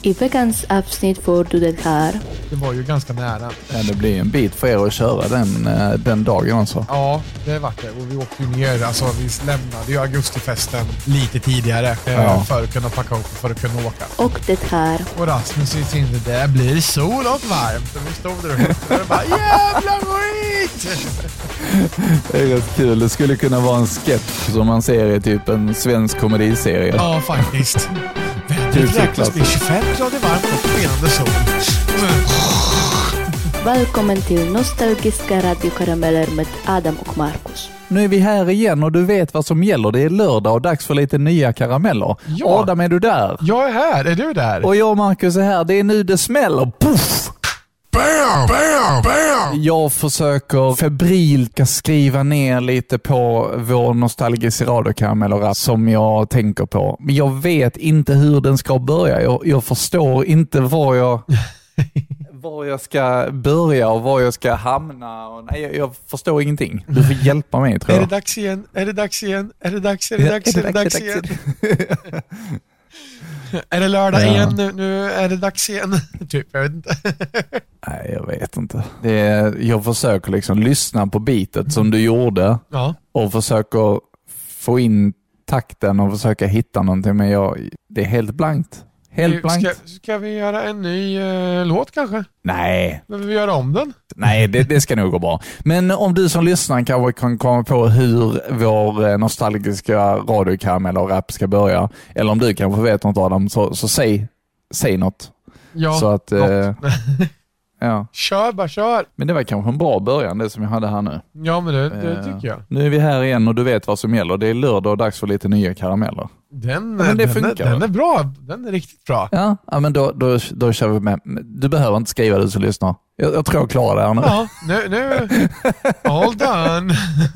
I veckans avsnitt får du det här. Det var ju ganska nära. Ja, det blir en bit för er att köra den dagen alltså. Ja, det var det. Och vi åkte ju ner. Alltså, vi lämnade ju augustifesten lite tidigare för att kunna packa upp och för att kunna åka. Och det här. Och Rasmus gick in det blir sol och varmt. Och vi stod där och bara jävla skit! Det är rätt kul. Det skulle kunna vara en sketch som man ser i typ en svensk komediserie. Ja, faktiskt. Det räknas bli 25 grader varmt och skenande sol. Välkommen till Nostalgiska radiokarameller med Adam och Marcus. Nu är vi här igen och du vet vad som gäller. Det är lördag och dags för lite nya karameller. Ja. Adam, är du där? Jag är här. Är du där? Och jag och Marcus är här. Det är nu det smäller. Puff! Bam, bam, bam! Jag försöker febrilt skriva ner lite på vår nostalgiska radiokarameller som jag tänker på. Men jag vet inte hur den ska börja. Jag förstår inte var jag ska börja och var jag ska hamna. Nej, jag förstår ingenting. Du får hjälpa mig, tror jag. Är det dags igen? Är det dags igen? Är det dags? Är det dags? Är det dags igen? Är det lördag igen? Nu är det dags igen. Typ, jag vet inte. Nej, jag vet inte. Jag försöker liksom lyssna på beatet som du gjorde. Ja. Och försöker få in takten och försöka hitta någonting. Men det är helt blankt. Helt blankt. Ska vi göra en ny låt kanske? Nej. Men vi göra om den? Nej, det ska nog gå bra. Men om du som lyssnar kanske kan komma på hur vår nostalgiska radiokaramell och rap ska börja. Eller om du kanske vet något av dem, så säg något. Ja, så att, ja. Kör. Men det var kanske en bra början, det som jag hade här nu. Ja, men det tycker jag. Nu är vi här igen och du vet vad som gäller. Det är lördag och dags för lite nya karameller. Den är bra. Den är riktigt bra. Ja, men då kör vi med. Du behöver inte skriva, du som lyssnar. Jag tror jag klarar det här nu. Ja, nu. All done.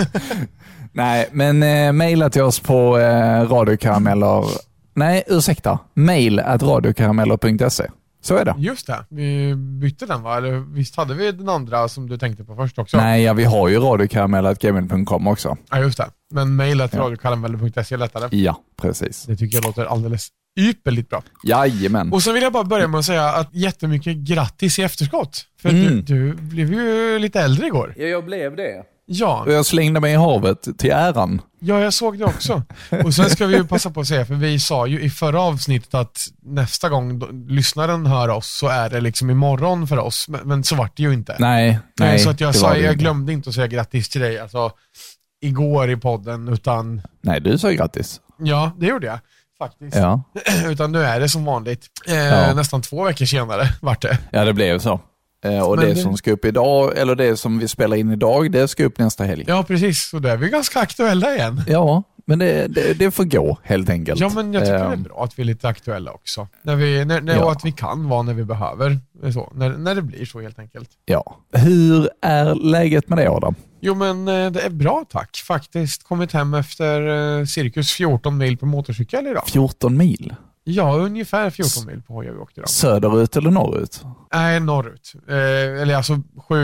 Nej, men mejla till oss på radiokarameller. Nej, ursäkta. mail@radiokarameller.se. Så är det. Just det. Vi bytte den, va? Eller visst hade vi den andra som du tänkte på först också? Nej, vi har ju radiokarameller@gmail.com också. Ja, just det. Men radiokarameller.se är lättare. Ja, precis. Det tycker jag låter alldeles ypperligt bra. Jajamän. Och så vill jag bara börja med att säga att jättemycket grattis i efterskott. För du blev ju lite äldre igår. Ja, jag blev det. Ja. Och jag slängde mig i havet till äran. Ja, jag såg det också. Och sen ska vi ju passa på att säga, för vi sa ju i förra avsnittet att nästa gång lyssnaren hör oss så är det liksom imorgon för oss. Men så vart det ju inte. Nej. Så att jag glömde inte att säga grattis till dig. Alltså igår i podden, utan... Nej, du sa grattis. Ja, det gjorde jag faktiskt. Ja. Utan nu är det som vanligt. Nästan 2 veckor senare vart det. Ja, det blev så. Och det som ska upp idag, eller det som vi spelar in idag, det ska upp nästa helg. Ja, precis. Så då är vi ganska aktuella igen. Ja, men det får gå helt enkelt. Ja, men jag tycker det är bra att vi är lite aktuella också. Och att vi kan vara när vi behöver. Så, när det blir så helt enkelt. Ja. Hur är läget med det, Adam? Jo, men det är bra, tack. Faktiskt kommit hem efter cirkus 14 mil på motorcykel idag. 14 mil? Ja, ungefär 14 mil på hoj vi åkte idag. Söderut eller norrut? Nej, norrut. Eller alltså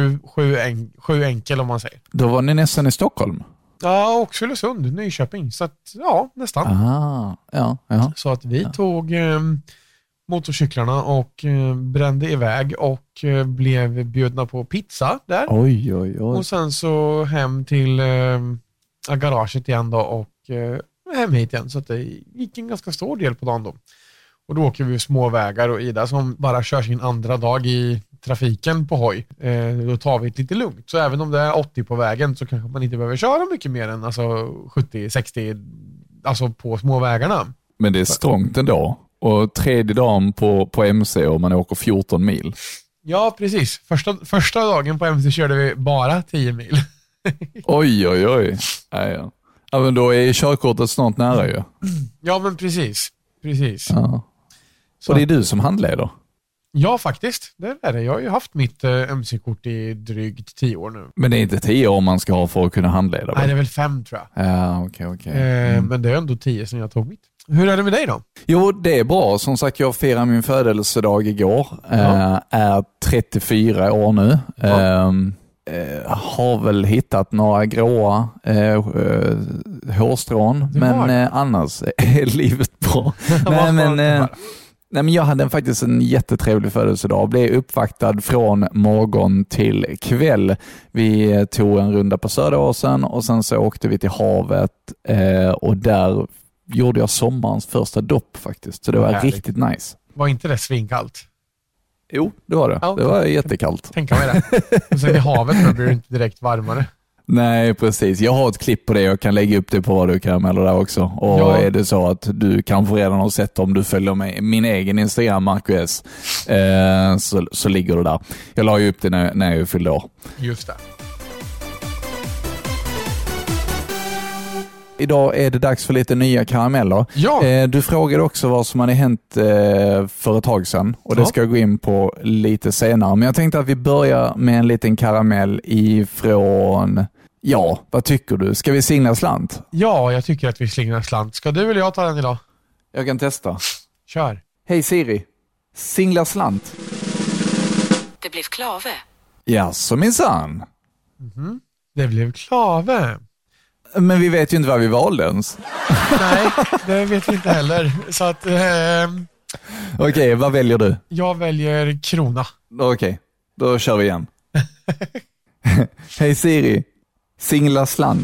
7 enkel om man säger. Då var ni nästan i Stockholm? Ja, och Oxelösund, Nyköping. Så att, ja, nästan. Ja. Så att vi tog motorcyklarna och brände iväg och blev bjudna på pizza där. Oj. Och sen så hem till garaget igen då och hem hit igen. Så att det gick en ganska stor del på dagen då. Och då åker vi små vägar och Ida som bara kör sin andra dag i trafiken på hoj. Då tar vi det lite lugnt. Så även om det är 80 på vägen så kanske man inte behöver köra mycket mer än 70-60 alltså på små vägarna. Men det är strångt ändå. Och tredje dagen på MC och man åker 14 mil. Ja, precis. Första dagen på MC körde vi bara 10 mil. Oj. Ja, men då är körkortet snart nära ju. Ja, men precis. Ja. Så det är du som handleder? Ja, faktiskt. Det är det. Jag har ju haft mitt MC-kort i drygt 10 år nu. Men det är inte 10 år man ska ha för att kunna handleda? Nej, det är väl 5 tror jag. Ja, okej. Men det är ändå 10 som jag tog mitt. Hur är det med dig då? Jo, det är bra. Som sagt, jag firade min födelsedag igår. Är 34 år nu. Ja. Har väl hittat några gråa hårstrån, men annars är livet bra. Nej, men Nej, men jag hade faktiskt en jättetrevlig födelsedag. Blev uppvaktad från morgon till kväll. Vi tog en runda på Söderåsen och sen så åkte vi till havet och där gjorde jag sommarens första dopp faktiskt. Så det var riktigt nice. Var inte det svinkallt? Jo, det var det. Ja, det var jättekallt. Tänka mig det. Och sen i havet blir det inte direkt varmare. Nej, precis. Jag har ett klipp på det. Jag kan lägga upp det på radiokarameller där också. Och är det så att du kanske redan har sett om du följer mig, min egen Instagram, Marco S, så ligger det där. Jag la ju upp det när jag fyllde år. Just det. Idag är det dags för lite nya karameller. Ja. Du frågade också vad som hade hänt för ett tag sedan. Och det ska jag gå in på lite senare. Men jag tänkte att vi börjar med en liten karamell ifrån... Ja, vad tycker du? Ska vi singla slant? Ja, jag tycker att vi singlar slant. Ska du eller jag ta den idag? Jag kan testa. Kör. Hej Siri. Singla slant. Det blev klave. Ja, så minsann. Mm-hmm. Det blev klave. Men vi vet ju inte vad vi valde ens. Nej, det vet vi inte heller. Så att... Okej, vad väljer du? Jag väljer krona. Okej, då kör vi igen. Hej Siri. Singla slant.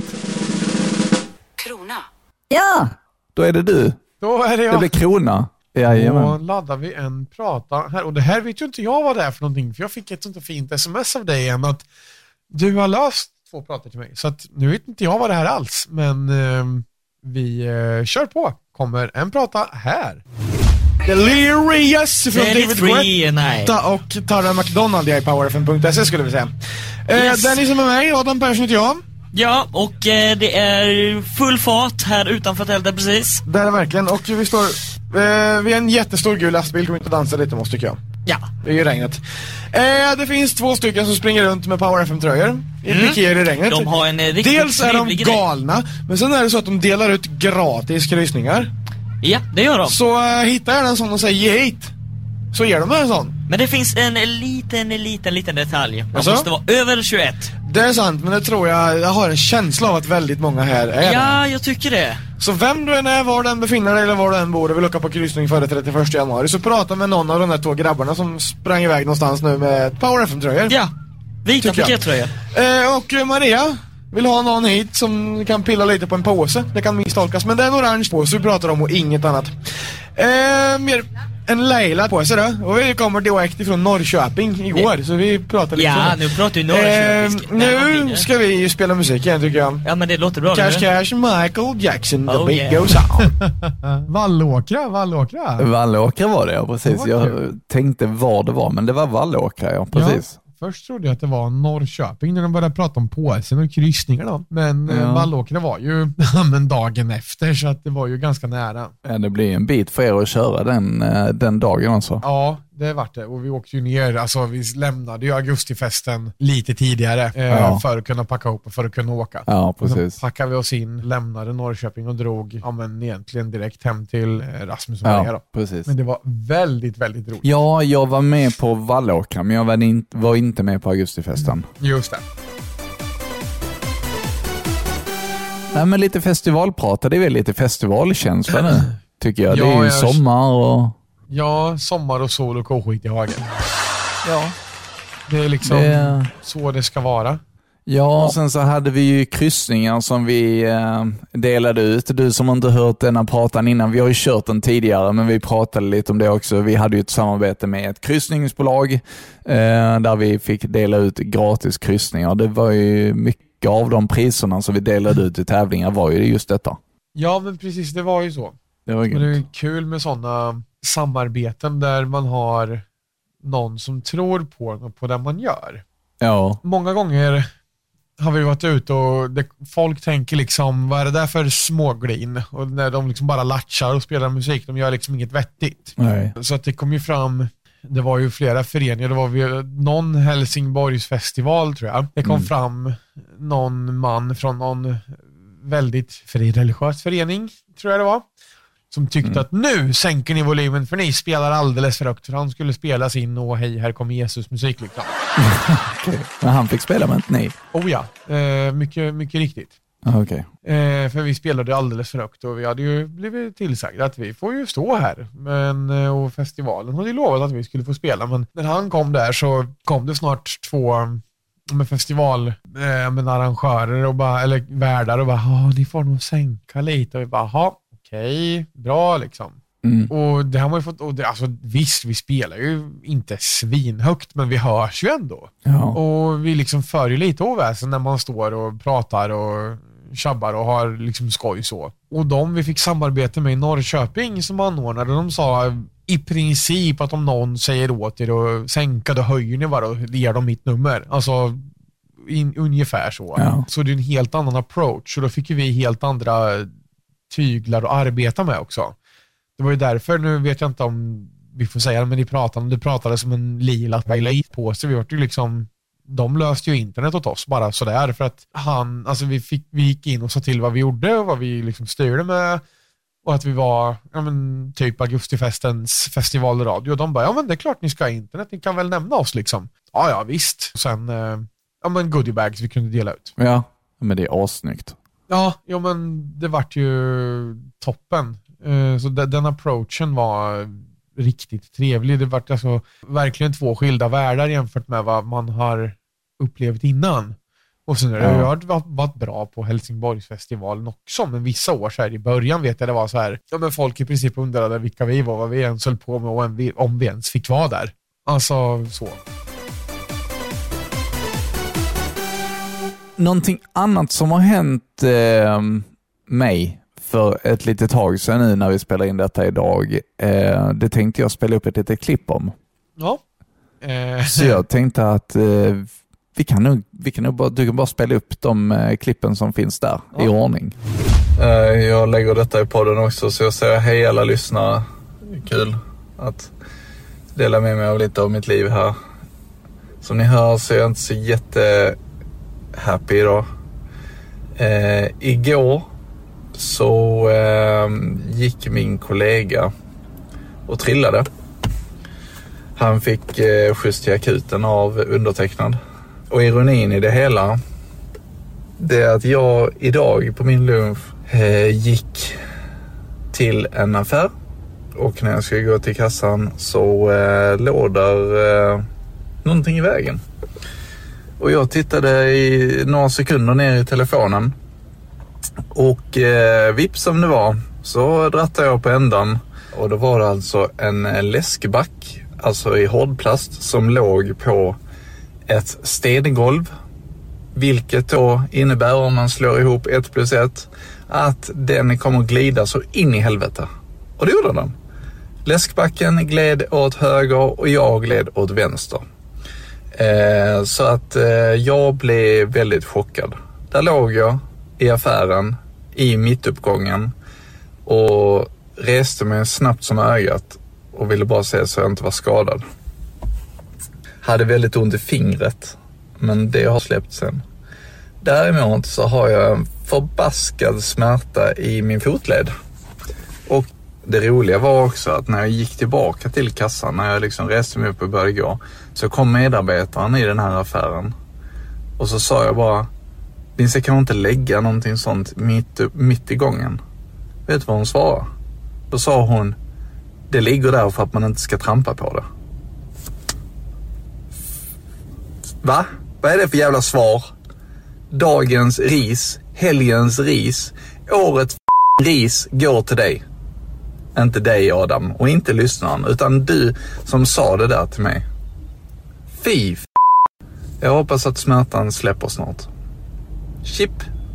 Krona. Ja! Då är det du. Då är det jag. Det blir krona. Jajamän. Då laddar vi en prata här. Och det här vet ju inte jag vad det är för någonting. För jag fick ett sånt fint sms av dig igen att du har löst 2 pratar till mig. Så att nu vet inte jag vad det här alls. Men vi kör på. Kommer en prata här. Delirious från David Guetta och Tara McDonald i PowerFM.se skulle vi säga. Dennis som är med, Adam Persson heter jag. Ja, och det är full fart här utanför tältet precis. Det är det verkligen, och vi står vid en jättestor gul lastbil. Kommer inte att dansa lite måste tycker jag. Ja. Det är ju regnet. Det finns 2 stycken som springer runt med Power FM-tröjor i pikéer i regnet. De har en riktigt dels är de galna, men sen är det så att de delar ut gratis kryssningar. Ja, det gör de. Så hittar jag en sån och säger ge hit, så ger de en sån. Men det finns en liten detalj. Man måste vara över 21. Det är sant, men det tror jag har en känsla av att väldigt många här är. Ja, jag tycker det. Så vem du än är, var du än befinner dig eller var du än bor och vill åka på kryssning före 31 januari, så prata med någon av de här 2 grabbarna som sprang iväg någonstans nu med Power FM-tröjor. Ja, vita pikétröjor. Och Maria vill ha någon hit som kan pilla lite på en påse. Det kan misstolkas, men det är en orange påse vi pratar om och inget annat. En Leila på sig då. Och vi kommer direkt ifrån Norrköping igår. Så vi pratar lite. Ja, nu pratar vi Norrköping. Nu ska vi spela musik igen tycker jag. Ja, men det låter bra. Cash, Michael Jackson, the beat goes on. Vallåkra var det, ja precis. Jag tänkte vad det var, men det var Vallåkra, ja precis. Ja. Först trodde jag att det var Norrköping när de började prata om påsen och kryssningar då. Men Vallåkra var ju dagen efter, så att det var ju ganska nära. Ja, det blir en bit för er att köra den dagen alltså. Ja, det var det. Och vi åkte ju ner, alltså vi lämnade ju augustifesten lite tidigare för att kunna packa ihop och för att kunna åka. Ja, precis. Och så packade vi oss in, lämnade Norrköping och drog egentligen direkt hem till Rasmus och Maria då. Precis. Men det var väldigt, väldigt roligt. Ja, jag var med på Vallåkra, men jag var inte med på augustifesten. Just det. Nej, men lite festivalprat, det är väl lite festivalkänsla nu, tycker jag. Det är ju sommar och... Ja, sommar och sol och koskit i hagen. Ja. Det är liksom så det ska vara. Ja, och sen så hade vi ju kryssningar som vi delade ut. Du som inte hört denna pratan innan, vi har ju kört den tidigare, men vi pratade lite om det också. Vi hade ju ett samarbete med ett kryssningsbolag där vi fick dela ut gratis kryssningar. Det var ju mycket av de priserna som vi delade ut i tävlingar var ju just detta. Ja, men precis, det var ju så. Det var det är kul med sådana samarbeten där man har någon som tror på det man gör. Ja. Många gånger har vi varit ute och folk tänker liksom, vad är det där för småglin? Och när de liksom bara latchar och spelar musik, de gör liksom inget vettigt. Nej. Så att det kom ju fram, det var ju flera föreningar, det var någon Helsingborgs festival tror jag. Det kom fram någon man från någon väldigt frireligiös förening, tror jag det var, som tyckte att nu sänker ni volymen för ni spelar alldeles för högt, för han skulle spela sin och hej, här kommer Jesus musik liksom. Okay. Men han fick spela, men inte ni. Oh ja, mycket riktigt. Okej. För vi spelade alldeles för högt och vi hade ju blivit tillsagda att vi får ju stå här. Och festivalen hade ju lovat att vi skulle få spela. Men när han kom där så kom det snart 2 med festival med arrangörer och bara, eller värdar och bara, ni får nog sänka lite. Och vi bara, okej, bra liksom. Och det har man ju fått, och det, alltså visst, vi spelar ju inte svinhögt, men vi hörs ju ändå. Ja. Och vi liksom för ju lite oväsen när man står och pratar och tjabbar och har liksom skoj så. Och de vi fick samarbete med i Norrköping som anordnade, de sa i princip att om någon säger åt er att sänka, då höjer ni bara och ger dem mitt nummer. Alltså ungefär så. Ja. Så det är en helt annan approach och då fick vi helt andra tyglar att arbeta med också. Det var ju därför, nu vet jag inte om vi får säga det, men det pratade som en lila på sig. Vi var ju liksom, de löste ju internet åt oss bara sådär för att vi gick in och sa till vad vi gjorde och vad vi liksom styrde med och att vi var typ Augustifestens festivalradio och de bara, men det är klart ni ska ha internet, ni kan väl nämna oss liksom. Ja visst. Och sen goodiebags vi kunde dela ut. Ja, men det är assnyggt. Ja, men det vart ju toppen. Så den approachen var riktigt trevlig. Det var alltså verkligen 2 skilda världar jämfört med vad man har upplevt innan. Och sen har jag varit bra på Helsingborgsfestivalen också, men vissa år så här i början vet jag det var så här, men folk i princip undrade vilka vi var, vad vi ens höll på med och om vi ens fick vara där. Alltså så. Någonting annat som har hänt mig för ett litet tag sedan nu när vi spelar in detta idag, det tänkte jag spela upp ett litet klipp om. Ja. Så jag tänkte att du kan bara spela upp de klippen som finns där i ordning. Jag lägger detta i podden också, så jag säger hej alla lyssnare. Kul att dela med mig av lite av mitt liv här. Som ni hör så är jag inte så happy idag. Igår så gick min kollega och trillade. Han fick skjuts till akuten av undertecknad. Och ironin i det hela, det är att jag idag på min lunch gick till en affär. Och när jag skulle gå till kassan så låg där någonting i vägen. Och jag tittade i några sekunder ner i telefonen. Och vips som det var så drattade jag på ändan. Och då var det alltså en läskback, alltså i hårdplast, som låg på ett stengolv. Vilket då innebär, om man slår ihop 1 + 1, att den kommer att glida så in i helvete. Och det gjorde den. Läskbacken gled åt höger och jag gled åt vänster. Så att jag blev väldigt chockad. Där låg jag i affären i mittuppgången och reste mig snabbt som ögat och ville bara se så jag inte var skadad. Hade väldigt ont i fingret, men det har släppt sen. Däremot så har jag en förbaskad smärta i min fotled. Och det roliga var också att när jag gick tillbaka till kassan, när jag liksom reste mig upp och började gå, så kom medarbetaren i den här affären. Och så sa jag bara, Lindsay, kan inte lägga någonting sånt mitt i gången? Vet du vad hon svarade? Då sa hon, det ligger där för att man inte ska trampa på det. Va? Vad är det för jävla svar? Dagens ris, helgens ris, årets ris går till dig. Inte dig Adam och inte lyssnaren, utan du som sa det där till mig. Fy f***. Jag hoppas att smärtan släpper snart. Chip.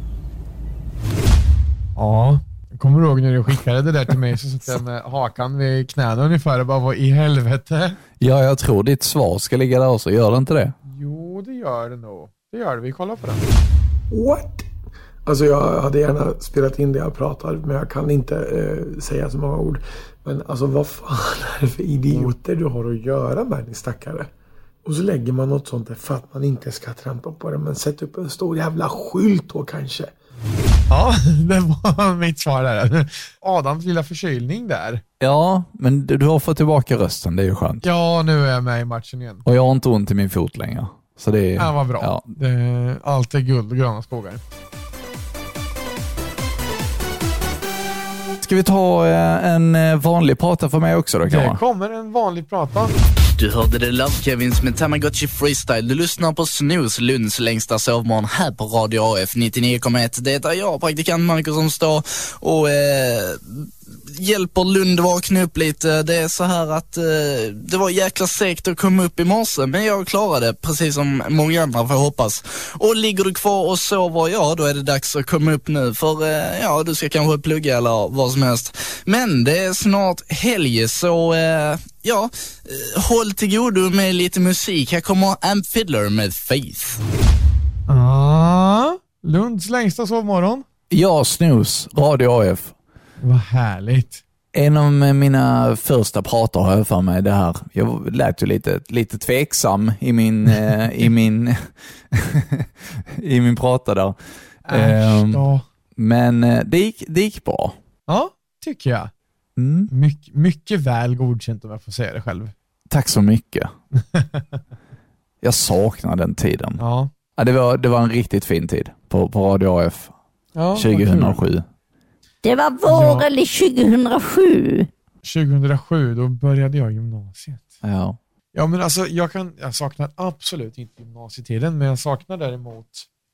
Ja, jag kommer ihåg när du skickade det där till mig så satt jag med hakan vid knäna ungefär och bara, vad i helvete? Ja, jag tror ditt svar ska ligga där också. Gör det inte det? Jo, det gör det nog. Det gör det, vi kollar på den. What? Alltså jag hade gärna spelat in det jag pratar, men jag kan inte säga så många ord. Men alltså vad fan är det för idioter du har att göra med, din stackare? Och så lägger man något sånt där för att man inte ska trampa på det. Men sätt upp en stor jävla skylt då kanske. Ja, det var mitt svar där. Adams lilla förkylning där. Ja, men du har fått tillbaka rösten, det är ju skönt. Ja, nu är jag med i matchen igen. Och jag har inte ont i min fot längre. Så det är... Ja, vad bra. Ja. Allt är guld och gröna skogar. Ska vi ta en vanlig prata för mig också då? Det kommer en vanlig prata. Du hörde det Love Kevins med Tamagotchi Freestyle. Du lyssnar på Snooze, Lunds längsta sovmorgon här på Radio AF 99,1. Det är jag, praktikant Marcus, som står och hjälper Lund vakna upp lite. Det är så här att det var jäkla segt att komma upp i morse, men jag klarade, precis som många andra får hoppas. Och ligger du kvar och sover, då är det dags att komma upp nu. För du ska kanske plugga eller vad som helst. Men det är snart helg, så håll till godo med lite musik. Här kommer Amp Fiddler med Faith. Lunds längsta sovmorgon. Ja, Snooze, Radio AF. Vad härligt. En av mina första pratar har jag för mig det här. Jag lät ju lite tveksam i min i min prata där. Men det gick bra. Ja, tycker jag. Mycket väl godkänt, om jag får säga det själv. Tack så mycket. Jag saknar den tiden. Ja. Det var en riktigt fin tid på Radio AF 2007. Det var våren i 2007. 2007, då började jag gymnasiet. Ja. Ja, men alltså jag saknar absolut inte gymnasietiden, men jag saknar däremot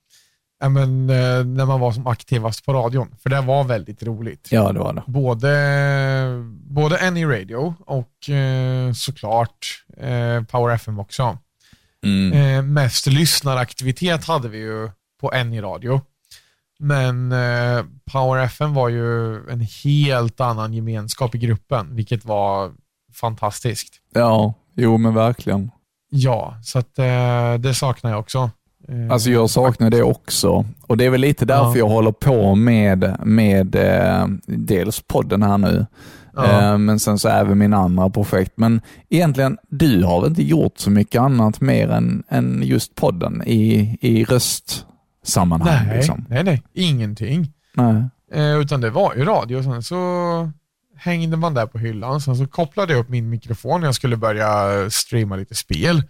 när man var som aktivast på radion. För det var väldigt roligt. Ja, det var det. Både Any Radio och såklart Power FM också. Mest lyssnaraktivitet hade vi ju på Any Radio. Men Power FM var ju en helt annan gemenskap i gruppen, vilket var fantastiskt. Ja, jo men verkligen. Ja, så att det saknar jag också. Alltså jag saknar det också. Och det är väl lite därför jag håller på med dels podden här nu. Men sen så även mina andra projekt. Men egentligen, du har väl inte gjort så mycket annat mer än just podden i röstsammanhang? Nej, liksom. nej, ingenting. Nej. Utan det var ju radio. Sen så hängde man där på hyllan. Sen så kopplade jag upp min mikrofon när jag skulle börja streama lite spel.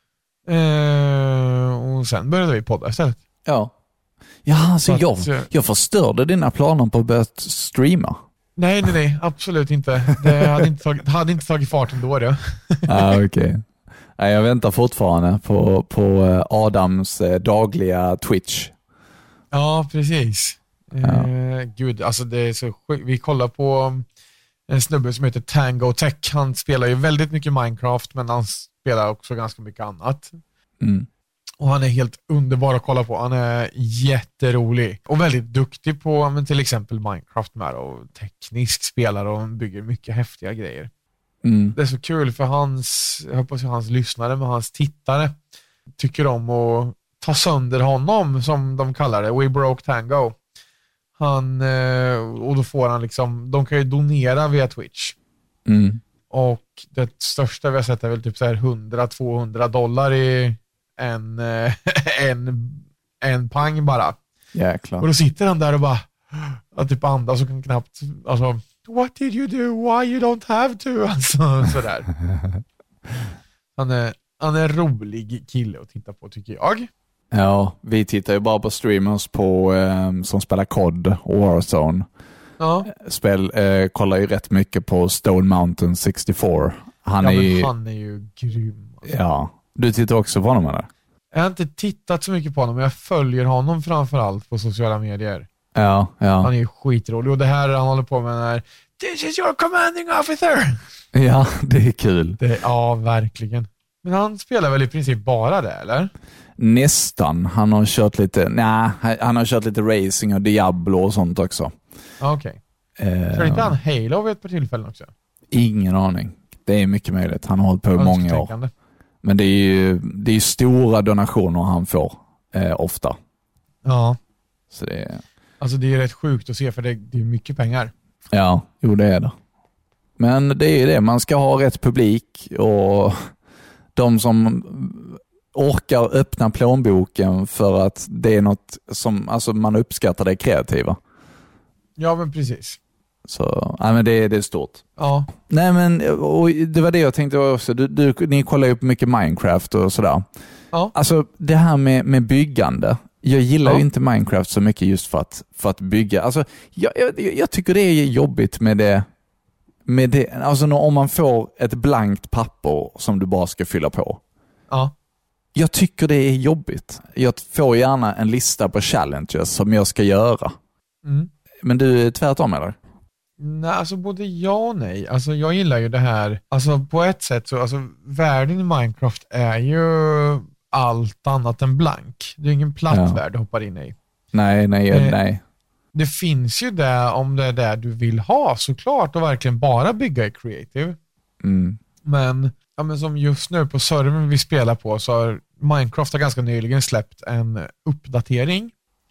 Och sen började vi podda istället. Ja. Ja, alltså jag förstörde dina planer på att börja streama. Nej, absolut inte. Det hade inte tagit fart ändå det. Okej. Jag väntar fortfarande på Adams dagliga Twitch. Ja, precis. Gud, alltså det är så sjukt. Vi kollar på en snubbe som heter Tango Tech. Han spelar ju väldigt mycket Minecraft, men han spelar också ganska mycket annat. Och han är helt underbar att kolla på. Han är jätterolig och väldigt duktig på till exempel Minecraft med, och teknisk spelare och bygger mycket häftiga grejer. Det är så kul för jag hoppas att hans lyssnare, med hans tittare tycker om att ta sönder honom, som de kallar det. We broke Tango. Och då får han liksom, de kan ju donera via Twitch. Och det största vi har sett är väl typ så här $100-200 i en pang bara. Jäklar. Och då sitter han där och bara typ andas och kan knappt, alltså, what did you do? Why you don't have to? Alltså sådär. Han är en rolig kille att titta på, tycker jag. Ja, vi tittar ju bara på streamers som spelar COD och Warzone. Ja. Kollar ju rätt mycket på Stone Mountain 64. Han är ju grym. Alltså. Ja, du tittar också på honom, eller? Jag har inte tittat så mycket på honom, men jag följer honom framförallt på sociala medier. Ja. Han är ju skitrolig, och det här han håller på med är "This is your commanding officer." Ja, det är kul. Ja, verkligen. Men han spelar väl i princip bara det, eller? Nästan. Han har kört lite racing och Diablo och sånt också. Okej. Tror inte han Halo vid ett par tillfällen också? Ingen aning. Det är mycket möjligt. Han har hållit på i många år. Men det är ju stora donationer han får ofta. Ja. Så det är rätt sjukt att se, för det är mycket pengar. Ja, jo det är det. Men det är ju det. Man ska ha rätt publik, och de som orkar öppna plånboken för att det är något som, alltså, man uppskattar det kreativa. Ja, men precis. Så, men det är stort. Ja. Nej, men och det var det jag tänkte också. Ni kollar ju på mycket Minecraft och sådär. Ja. Alltså det här med byggande. Jag gillar ju inte Minecraft så mycket just för att bygga. Alltså, jag tycker det är jobbigt med det. Alltså om man får ett blankt papper som du bara ska fylla på. Ja. Jag tycker det är jobbigt. Jag får gärna en lista på challenges som jag ska göra. Mm. Men du är tvärtom, eller? Nej, alltså både ja och nej. Alltså jag gillar ju det här. Alltså på ett sätt så, alltså världen i Minecraft är ju allt annat än blank. Det är ingen platt värld du hoppar in i. Nej. Det finns ju där om det är det du vill ha såklart och verkligen bara bygga i creative. Mm. Men som just nu på servern vi spelar på så har Minecraft ganska nyligen släppt en uppdatering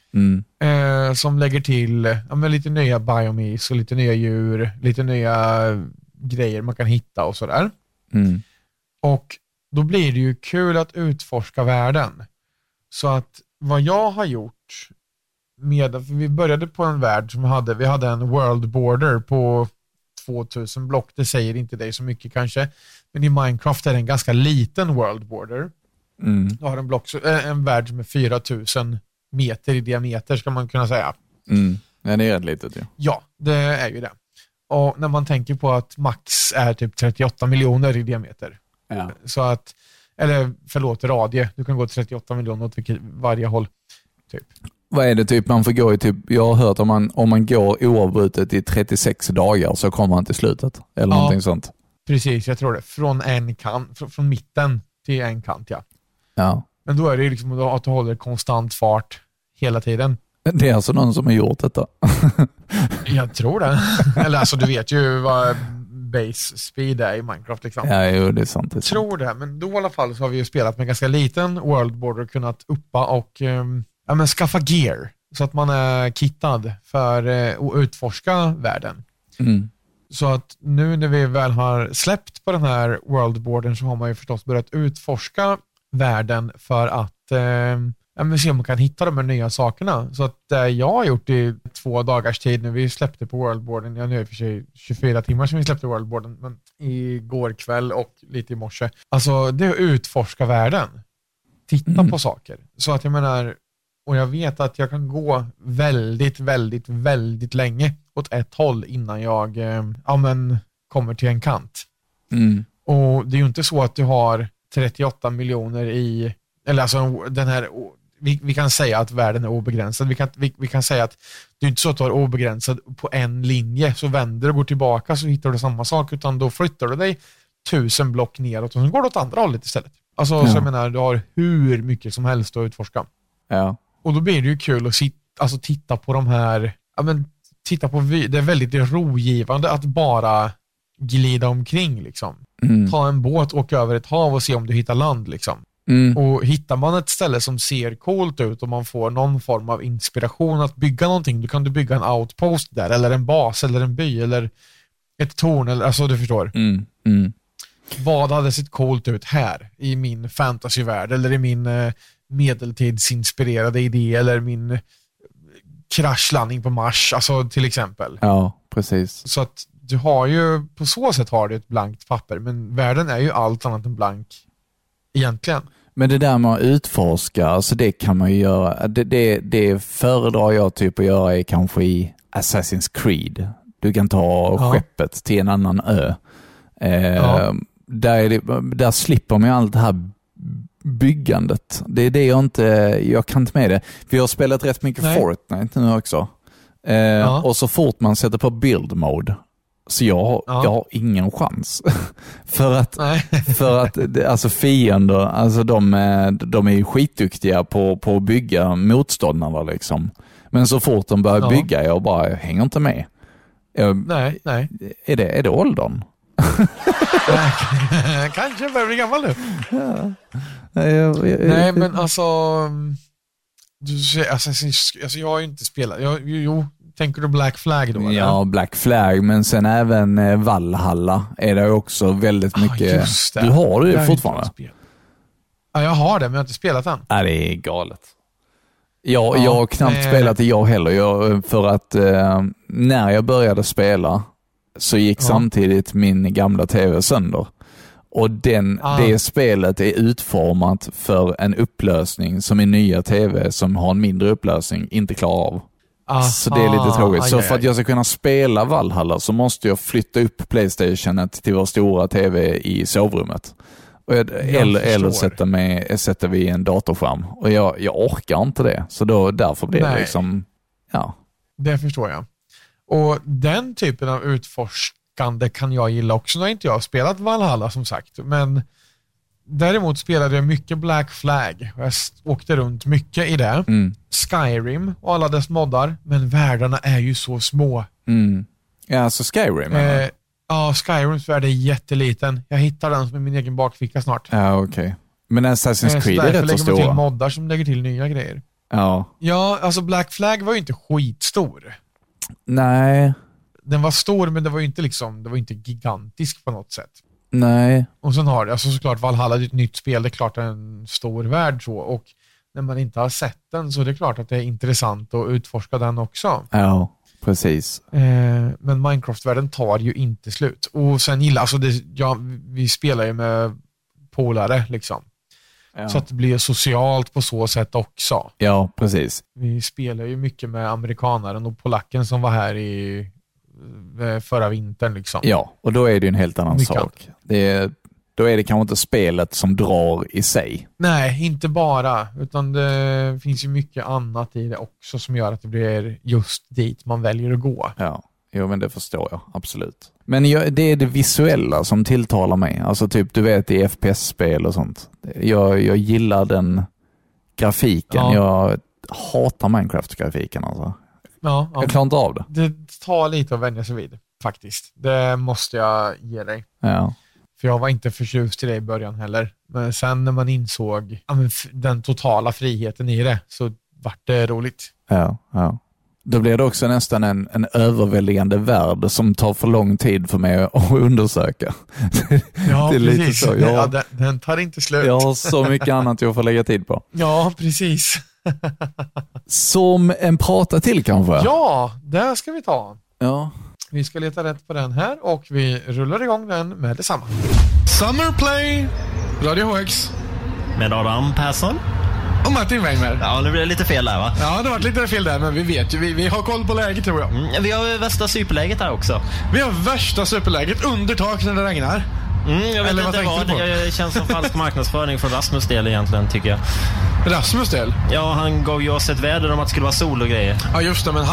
som lägger till lite nya biomes och lite nya djur, lite nya grejer man kan hitta och sådär. Mm. Och då blir det ju kul att utforska världen. Så att vad jag har gjort för vi började på en värld som vi hade en world border på 2000 block. Det säger inte dig så mycket kanske. Men i Minecraft är det en ganska liten world border. Mm. Du har en värld som är 4000 meter i diameter ska man kunna säga. Mm. Ja, det är rätt litet. Ja, det är ju det. Och när man tänker på att max är typ 38 miljoner i diameter. Ja. Så att, radie. Du kan gå 38 miljoner åt varje håll. Typ. Vad är det typ man får gå i typ, jag har hört om man går oavbrutet i 36 dagar så kommer man till slutet. Eller någonting sånt. Precis, jag tror det. Från en kant, från mitten till en kant, ja. Men då är det liksom att du håller konstant fart hela tiden. Det är alltså någon som har gjort detta. Jag tror det. Eller alltså du vet ju vad base speed är i Minecraft liksom. Ja, jo, det är sant. Jag tror det, men då i alla fall så har vi ju spelat med ganska liten world border och kunnat uppa och skaffa gear så att man är kittad för att utforska världen. Mm. Så att nu när vi väl har släppt på den här world bordern så har man ju förstås börjat utforska världen för att se om man kan hitta de här nya sakerna. Så att jag har gjort i 2 dagars tid när vi släppte på worldboarden. Nu är det för sig 24 timmar sedan vi släppte worldboarden, men igår kväll och lite i morse. Alltså det är att utforska världen. Titta på saker. Så att jag menar, och jag vet att jag kan gå väldigt, väldigt, väldigt länge åt ett håll innan jag kommer till en kant. Mm. Och det är ju inte så att du har 38 miljoner i, eller alltså den här, vi kan säga att världen är obegränsad. Vi kan säga att det är inte så att du har obegränsad på en linje, så vänder du och går tillbaka så hittar du samma sak, utan då flyttar du dig 1000 block neråt och så går du åt andra hållet istället. Alltså så jag menar, du har hur mycket som helst att utforska. Ja. Och då blir det ju kul att titta på de här, det är väldigt rogivande att bara glida omkring liksom. Ta en båt, åka över ett hav och se om du hittar land liksom. Och hittar man ett ställe som ser coolt ut och man får någon form av inspiration att bygga någonting, då kan du bygga en outpost där, eller en bas, eller en by, eller ett torn, eller alltså du förstår. Vad hade sett coolt ut här i min fantasyvärld, eller i min medeltidsinspirerade idé, eller min kraschlandning på Mars, alltså till exempel. Ja, precis. Så att du har ju, på så sätt har du ett blankt papper, men världen är ju allt annat än blank egentligen. Men det där med att utforska, alltså det kan man ju göra, det föredrar jag typ att göra i kanske i Assassin's Creed. Du kan ta skeppet till en annan ö. Där slipper man ju allt det här byggandet. Det är det jag kan inte med det. Vi har spelat rätt mycket Fortnite nu också. Och så fort man sätter på build mode, så jag har ingen chans. för att alltså fiender, alltså de är ju skitduktiga på att bygga motståndarna liksom. Men så fort de börjar bygga, jag bara hänger inte med. Nej. Är det åldern? Kanske börjar bli gammal nu. Nej, men alltså du ser, alltså jag har ju inte spelat. Tänker du Black Flag då? Eller? Ja, Black Flag, men sen även Valhalla är det också väldigt mycket. Du har det fortfarande? Ja, jag har det, men jag har inte spelat än. Ja, det är galet. Jag har knappt spelat det jag heller. För att när jag började spela så gick samtidigt min gamla tv sönder. Och det spelet är utformat för en upplösning som i nya tv som har en mindre upplösning inte klarar av. Så det är lite tråkigt. Så för att jag ska kunna spela Valhalla så måste jag flytta upp PlayStationet till vår stora tv i sovrummet. Eller sätta vid en datorskärm. Och jag orkar inte det. Så därför blir det liksom... Ja. Det förstår jag. Och den typen av utforskande kan jag gilla också. Nu har inte jag spelat Valhalla som sagt. Men däremot spelade jag mycket Black Flag. Och jag åkte runt mycket i det. Skyrim och alla dess moddar. Men världarna är ju så små. Ja, så Skyrim? Ja, Skyrims värld är jätteliten. Jag hittar den som i min egen bakficka snart. Ja, okej. Men Assassin's Creed är rätt så stora. Lägger till moddar som lägger till nya grejer. Ja, alltså Black Flag var ju inte skitstor. Nej. Den var stor, men det var ju inte liksom, det var inte gigantisk på något sätt. Nej. Och sen har det, alltså såklart Valhalla är ett nytt spel, det är klart det är en stor värld så, och när man inte har sett den så är det klart att det är intressant att utforska den också. Ja, precis. Men Minecraft-världen tar ju inte slut. Och sen gillar, alltså vi spelar ju med polare liksom. Ja. Så att det blir socialt på så sätt också. Ja, precis. Vi spelar ju mycket med amerikanaren och polacken som var här i förra vintern liksom. Ja, och då är det ju en helt annan sak. Då är det kanske inte spelet som drar i sig. Nej, inte bara. Utan det finns ju mycket annat i det också som gör att det blir just dit man väljer att gå. Ja, jo, men det förstår jag. Absolut. Men det är det visuella som tilltalar mig. Alltså typ, du vet, i FPS-spel och sånt. Jag gillar den grafiken. Ja. Jag hatar Minecraft-grafiken alltså. Ja. Jag klarar inte av det. Det tar lite att vänja sig vid, faktiskt. Det måste jag ge dig. Ja. För jag var inte förtjust i det i början heller. Men sen när man insåg den totala friheten i det så var det roligt. Ja. Då blir det också nästan en överväldigande värld som tar för lång tid för mig att undersöka. Ja, det är precis. Lite så. Den tar inte slut. Jag har så mycket annat jag får lägga tid på. Ja, precis. Som en prata till kanske? Ja, det ska vi ta. Ja. Vi ska leta rätt på den här och vi rullar igång den med detsamma. Summerplay, Radio HX. Med Adam Persson. Och Martin Wengmer. Ja, nu blir det lite fel där, va? Ja, det har varit lite fel där, men vi vet ju, vi har koll på läget tror jag. Vi har värsta superläget här också. Vi har värsta superläget under tak när det regnar. Jag vet inte vad, det känns som falsk marknadsföring från Rasmus del egentligen, tycker jag. Rasmus del? Ja, han gav ju oss ett väder om att det skulle vara sol och grejer. Ja, just det, men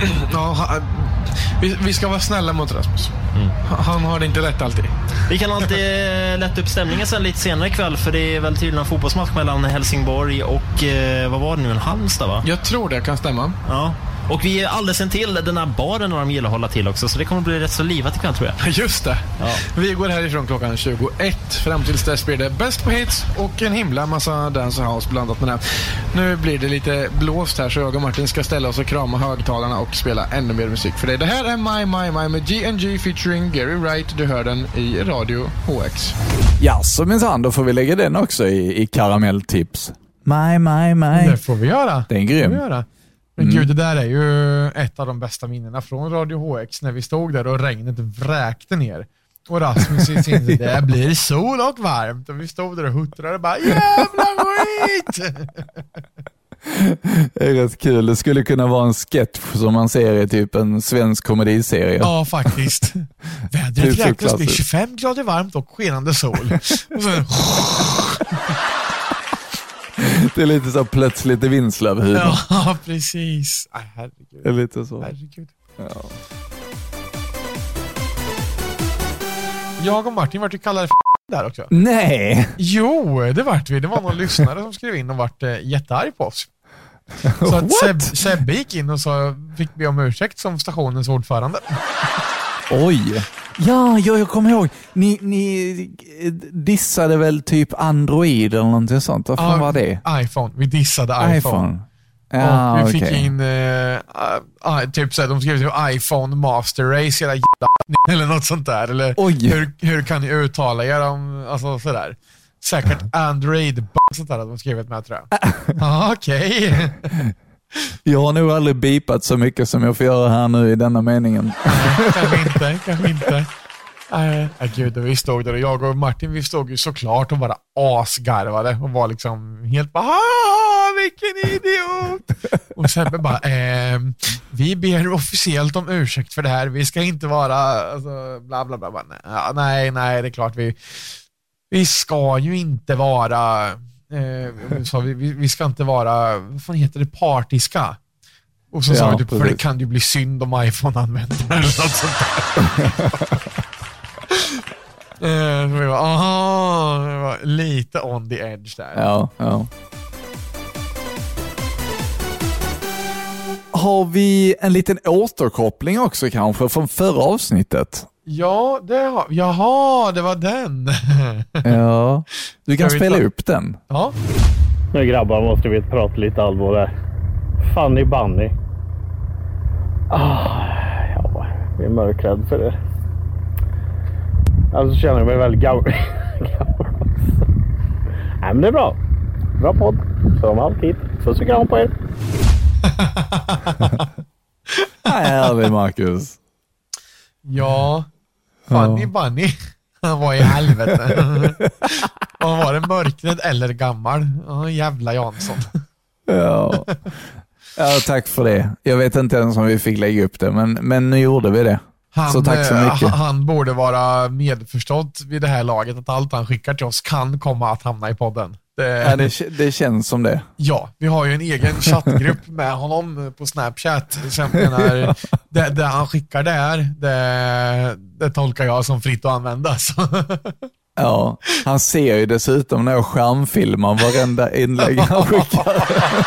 vi ska vara snälla mot Rasmus. Han har det inte lätt alltid. Vi kan alltid lätta upp stämningen sen lite senare ikväll, för det är väl tydligen en fotbollsmatch mellan Helsingborg och vad var det nu, en Halmstad, va? Jag tror det kan stämma. Ja. Och vi är alldeles en till den här baren och de gillar att hålla till också, så det kommer bli rätt så livat ikväll, tror jag. Just det. Ja. Vi går härifrån klockan 21. Fram tills dess blir det bäst på hits och en himla massa dance och house blandat med det. Nu blir det lite blåst här, så jag och Martin ska ställa oss och krama högtalarna och spela ännu mer musik för dig. Det här är My med G&G featuring Gary Wright. Du hör den i Radio HX. Ja, så minsann, då får vi lägga den också i karamelltips. My. Det får vi göra. Det är en grym. Men gud, det där är ju ett av de bästa minnena från Radio HX när vi stod där och regnet vräkte ner. Och Rasmus i sin det blir sol och varmt. Och vi stod där och huttrade och bara jävla skit! Det är rätt kul. Det skulle kunna vara en sketch som man ser i typ en svensk komediserie. Ja, faktiskt. Vädret räknas bli 25 grader varmt och skenande sol. Och sen... Det är lite så plötsligt i Vinslöv-huvud. Ja, precis. Aj, herregud. Det är lite så. Herregud. Ja. Jag och Martin vart ju kallade där också. Nej! Jo, det vart vi. Det var någon lyssnare som skrev in och vart jättearg på oss. Så att Sebbe gick in och så fick be om ursäkt som stationens ordförande. Oj! Ja, jag kommer ihåg. Ni dissade väl typ Android eller någonting sånt. Vad fan var det? iPhone. Vi dissade iPhone. Ja, och vi fick in typ så här, de skrev typ iPhone Master Race eller något sånt där. Eller hur kan ni uttala er om, alltså sådär. Säkert Android sånt där de skrivit med, tror jag. Okej. Jag har nog aldrig bipat så mycket som jag får göra här nu i denna meningen. Kanske inte. Gud, vi stod där och jag och Martin, vi stod ju såklart och bara asgarvade och var liksom helt bara, vilken idiot! Och sen bara, vi ber officiellt om ursäkt för det här, vi ska inte vara alltså, bla bla bla. Nej, det är klart vi ska ju inte vara vi ska inte vara, vad fan heter det, partiska. Och så sa vi typ, för det kan ju bli synd om iPhone-användare eller något sånt där. Så vi var lite on the edge där. Ja. Har vi en liten återkoppling också kanske från förra avsnittet? Ja, jaha, det var den. Ja, du kan spela upp den. Ja. Nu grabbar måste vi prata lite allvar där. Funny Bunny. Ja, jag är mörkrädd för det. Alltså känner jag mig väldigt gammal. Nej, men det är bra. Bra podd. Som alltid. Puss och kram på er. Härlig Marcus. Ja, Funny Bunny. Han var i helvete. Han var det mörkrädd eller gammal. Jävla Jansson. Ja, tack för det. Jag vet inte ens om vi fick lägga upp det, men nu gjorde vi det. Så tack så mycket. Han borde vara medförstått vid det här laget att allt han skickar till oss kan komma att hamna i podden. Det känns som det. Ja, vi har ju en egen chattgrupp med honom på Snapchat. Det han skickar det tolkar jag som fritt att använda. Ja, han ser ju dessutom när jag skärmfilmar varenda inlägg han skickar.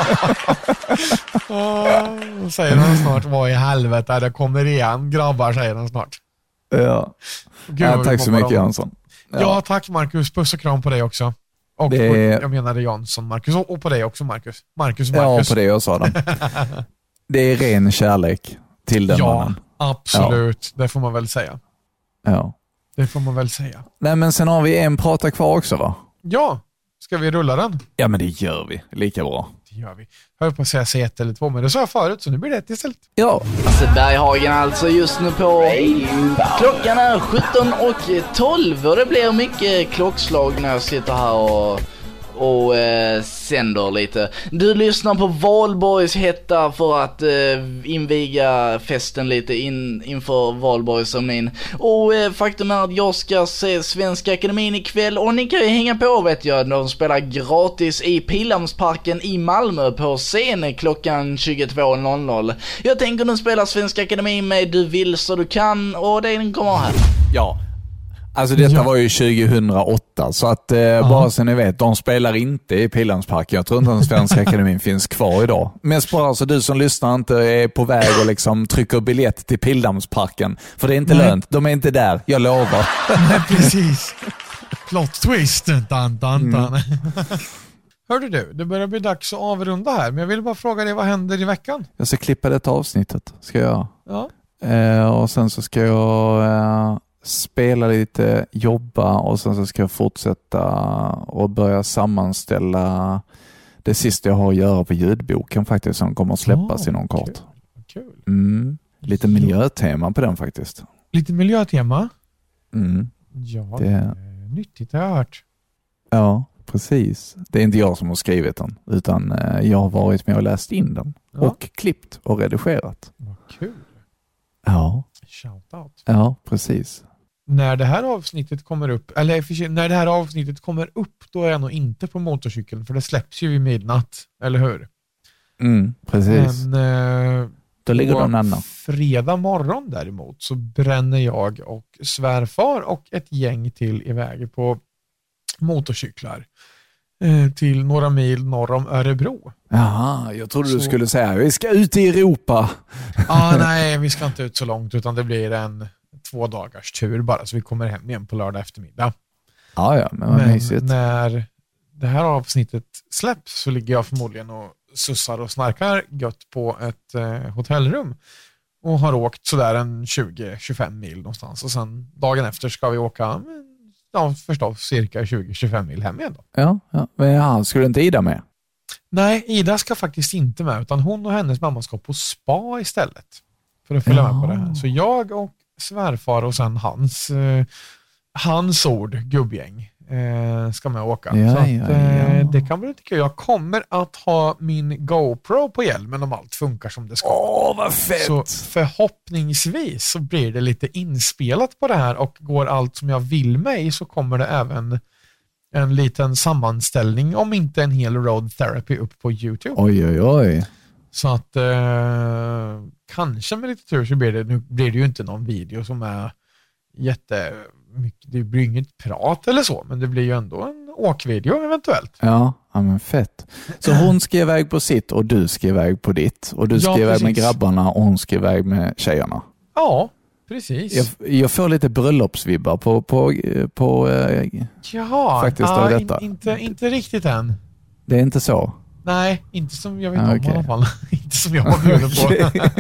Säger han snart, vad i helvete, det kommer igen grabbar, säger han snart. Ja, tack så mycket Jansson. Ja, tack Marcus, puss och kram på dig också. Och jag menade Jansson, Marcus, och på dig också Marcus. Marcus. Ja, på det jag sa den. Det är ren kärlek till den mannen. Absolut, det får man väl säga. Ja. Det får man väl säga. Nej, men sen har vi en prata kvar också, va? Ja, ska vi rulla den? Ja, men det gör vi. Lika bra. Det gör vi. Jag höll på att säga C1 eller 2, men det sa jag förut, så nu blir det 1 istället. Ja. Berghagen alltså just nu på. Klockan är 17:12 och det blir mycket klockslag när jag sitter här och sänder lite. Du lyssnar på Valborgs hetta för att inviga festen lite inför Valborgscermonin. Och faktum är att jag ska se Svenska Akademin ikväll och ni kan ju hänga på, vet jag. De spelar gratis i Pildammsparken i Malmö på scen klockan 22:00. Jag tänker nu spela Svenska Akademin med Du vill så du kan och den kommer här. Ja. Alltså detta var ju 2008, så att bara så ni vet, de spelar inte i Pildammsparken. Jag tror inte att Svenska Akademin finns kvar idag. Men bara så du som lyssnar inte är på väg och liksom trycker biljett till Pildammsparken. För det är inte lönt, de är inte där, jag lovar. Nej, precis. Plot twist. Hörde du, det börjar bli dags att avrunda här, men jag vill bara fråga dig, vad händer i veckan? Jag ska klippa detta avsnittet, ska jag. Ja. Och sen så ska jag spela lite, jobba och sen så ska jag fortsätta och börja sammanställa det sista jag har att göra på ljudboken faktiskt, som kommer att släppas inom kort. Kul. Lite miljötema på den faktiskt. Lite miljötema? Ja, det är nyttigt, har jag hört. Ja, precis. Det är inte jag som har skrivit den, utan jag har varit med och läst in den och klippt och redigerat. Vad kul. Ja. Shoutout. Ja, precis. När det här avsnittet kommer upp, när det här avsnittet kommer upp, då är jag nog inte på motorcykeln, för det släpps ju vid midnatt, eller hur? Precis. Men då ligger de annan. Fredag morgon däremot så bränner jag och svärfar och ett gäng till iväg på motorcyklar till några mil norr om Örebro. Jaha, jag trodde du skulle säga vi ska ut i Europa. Nej, vi ska inte ut så långt, utan det blir en 2 dagars tur bara, så vi kommer hem igen på lördag eftermiddag. Ja, men vad mysigt. När det här avsnittet släpps så ligger jag förmodligen och sussar och snarkar gött på ett hotellrum och har åkt sådär en 20-25 mil någonstans, och sen dagen efter ska vi åka förstås cirka 20-25 mil hem igen då. Ja. Men skulle inte Ida med? Nej, Ida ska faktiskt inte med, utan hon och hennes mamma ska på spa istället för att följa med på det här. Så jag och svärfar och sen hans ord, gubbgäng, ska med åka. Ja, så att, ja. det kan bli lite kul. Jag kommer att ha min GoPro på hjälmen om allt funkar som det ska. Vad fett! Så förhoppningsvis så blir det lite inspelat på det här, och går allt som jag vill med så kommer det även en liten sammanställning, om inte en hel road therapy, upp på YouTube. Oj. Så att kanske med lite tur så blir det, nu blir det ju inte någon video som är jättemycket, det blir inget prat eller så, men det blir ju ändå en åkvideo eventuellt. Ja, men fett. Så hon ska iväg på sitt och du ska iväg på ditt, och du ska iväg med grabbarna och hon ska iväg med tjejerna. Ja, precis. Jag får lite bröllopsvibbar på faktiskt av detta. Inte riktigt än. Det är inte så? Nej, inte som jag vet om i alla fall. Inte som jag var bjuden på.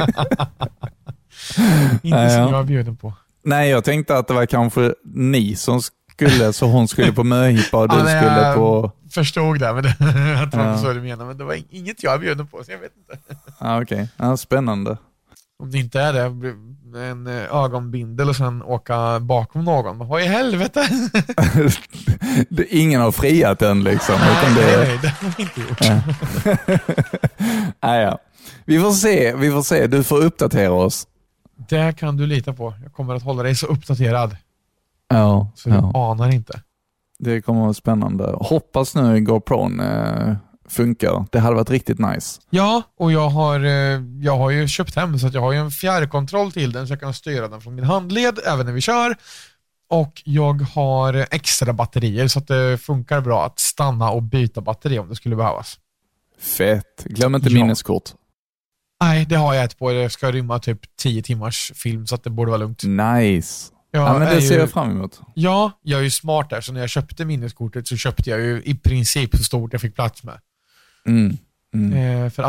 Inte som jag var bjuden på. Nej, jag tänkte att det var kanske ni som skulle, så hon skulle på möhippa och du skulle på... Förstod det, men jag tror inte så du menar, men det var inget jag bjöd på, så jag vet inte. Okej. Ja, spännande. Om det inte är det, en ögonbindel och sen åka bakom någon. Vad i helvete? Ingen har friat än liksom. Nej, det har vi inte gjort. Ja. Vi får se. Du får uppdatera oss. Det kan du lita på. Jag kommer att hålla dig så uppdaterad. Ja. Så du anar inte. Det kommer att vara spännande. Hoppas nu GoPron funkar. Det hade varit riktigt nice. Ja, och jag har ju köpt hem, så att jag har ju en fjärrkontroll till den, så jag kan styra den från min handled även när vi kör. Och jag har extra batterier, så att det funkar bra att stanna och byta batteri om det skulle behövas. Fett. Glöm inte minneskort. Nej, det har jag ett på. Det ska rymma typ 10 timmars film, så att det borde vara lugnt. Nice. Ja, men det ser jag fram emot. Ja, jag är ju smart där, så när jag köpte minneskortet så köpte jag ju i princip så stort jag fick plats med. För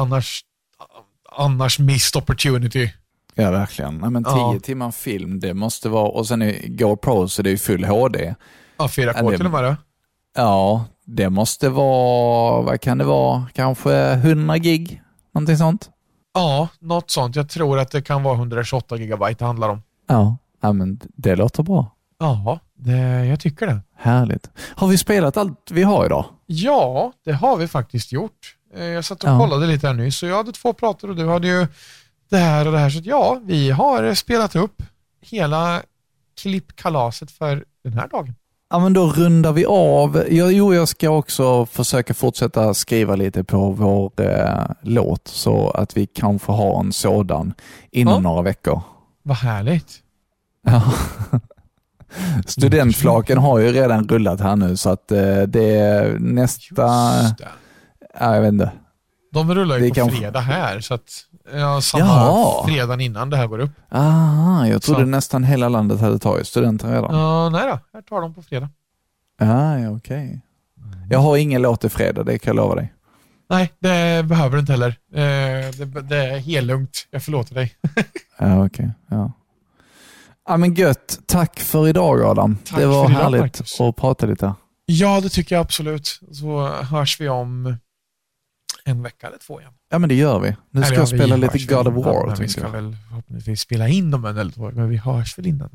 annars missed opportunity. Ja, verkligen. Nej, men 10 timmar film, det måste vara, och sen är GoPro, så det är full HD. Ja, 4K till och med det. Ja, det måste vara, vad kan det vara? Kanske 100 gig? Någonting sånt? Ja, något sånt. Jag tror att det kan vara 128 gigabyte det handlar om. Ja, men det låter bra. Ja, jag tycker det. Härligt. Har vi spelat allt vi har idag? Ja, det har vi faktiskt gjort. Jag satt och kollade lite här nu, så jag hade 2 prator och du hade ju det här och det här. Så ja, vi har spelat upp hela klippkalaset för den här dagen. Ja, men då rundar vi av. Jag ska också försöka fortsätta skriva lite på vår låt, så att vi kanske har en sådan inom några veckor. Vad härligt. Ja. Studentflaken har ju redan rullat här nu, så att det är nästa... Ja, jag vet inte. De rullar ju på fredag här, så att fredagen innan det här går upp. Jag trodde nästan hela landet hade tagit studenten redan. Ja, nej då. Här tar de på fredag. Ja, okej. Jag har ingen låt i fredag, det kan jag lova dig. Nej, det behöver du inte heller. Det är helt lugnt. Jag förlåter dig. Ja, okej. Ja. Ja, men gött. Tack för idag, Adam. Tack, det var för idag, härligt Marcus. att prata lite. Ja, det tycker jag absolut. Så hörs vi om en vecka eller 2 igen. Ja, men det gör vi. Nu ska jag spela lite God of War. Vi ska väl förhoppningsvis spela in dem en eller 2, men vi hörs väl innan.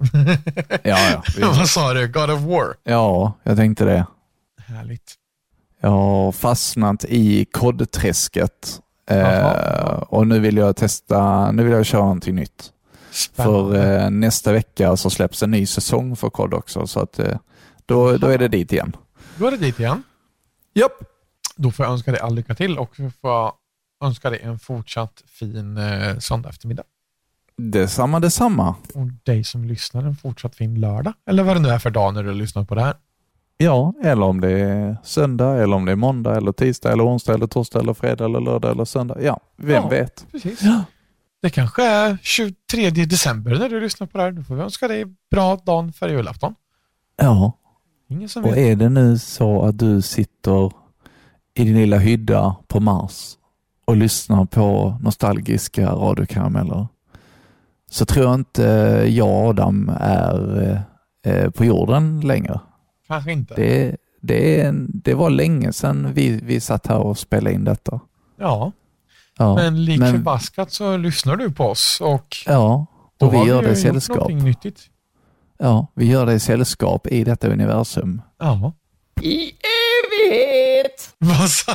Ja. Vad sa du? God of War? Ja, jag tänkte det. Härligt. Jag har fastnat i kodträsket. Och nu vill jag köra någonting nytt. Spännande. För nästa vecka så släpps en ny säsong för kod också, så att då är det dit igen. Då är det dit igen? Japp. Då får jag önska dig all lycka till, och får jag önska dig en fortsatt fin söndag eftermiddag. Detsamma. Och dig som lyssnar en fortsatt fin lördag. Eller vad det nu är för dag när du lyssnar på det här. Ja, eller om det är söndag, eller om det är måndag, eller tisdag, eller onsdag, eller torsdag, eller fredag, eller lördag, eller söndag. Ja, vem vet. Precis. Ja. Det kanske är 23 december när du lyssnar på det här. Då får vi önska dig bra dagen för julafton. Ja. Ingen som och vet. Är det nu så att du sitter i din lilla hydda på Mars och lyssnar på nostalgiska radiokarameller, så tror jag inte jag och Adam är på jorden längre. Kanske inte. Det var länge sedan vi satt här och spelade in detta. Ja. Men förbaskat så lyssnar du på oss. Och ja, Och vi gör det i gjort sällskap. någonting nyttigt. Ja, vi gör det i sällskap i detta universum. Ja. I evighet! Vad sa?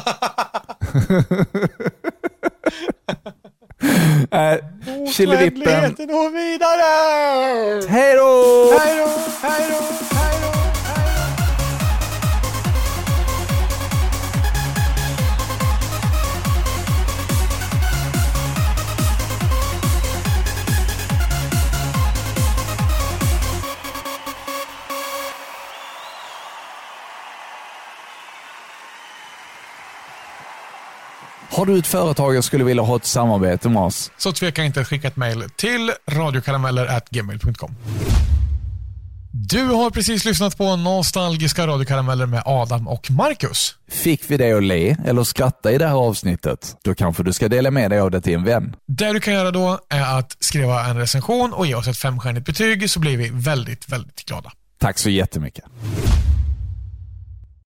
Chilivippen. Okvädligheten och vidare! Hej då! Hej då! Hej då! Hej då! Har du ett företag och skulle vilja ha ett samarbete med oss? Så tveka inte att skicka ett mejl till radiokarameller@gmail.com. Du har precis lyssnat på nostalgiska radiokarameller med Adam och Marcus. Fick vi dig att le eller skratta i det här avsnittet? Då kanske du ska dela med dig av det till en vän. Det du kan göra då är att skriva en recension och ge oss ett 5-stjärnigt betyg, så blir vi väldigt, väldigt glada. Tack så jättemycket.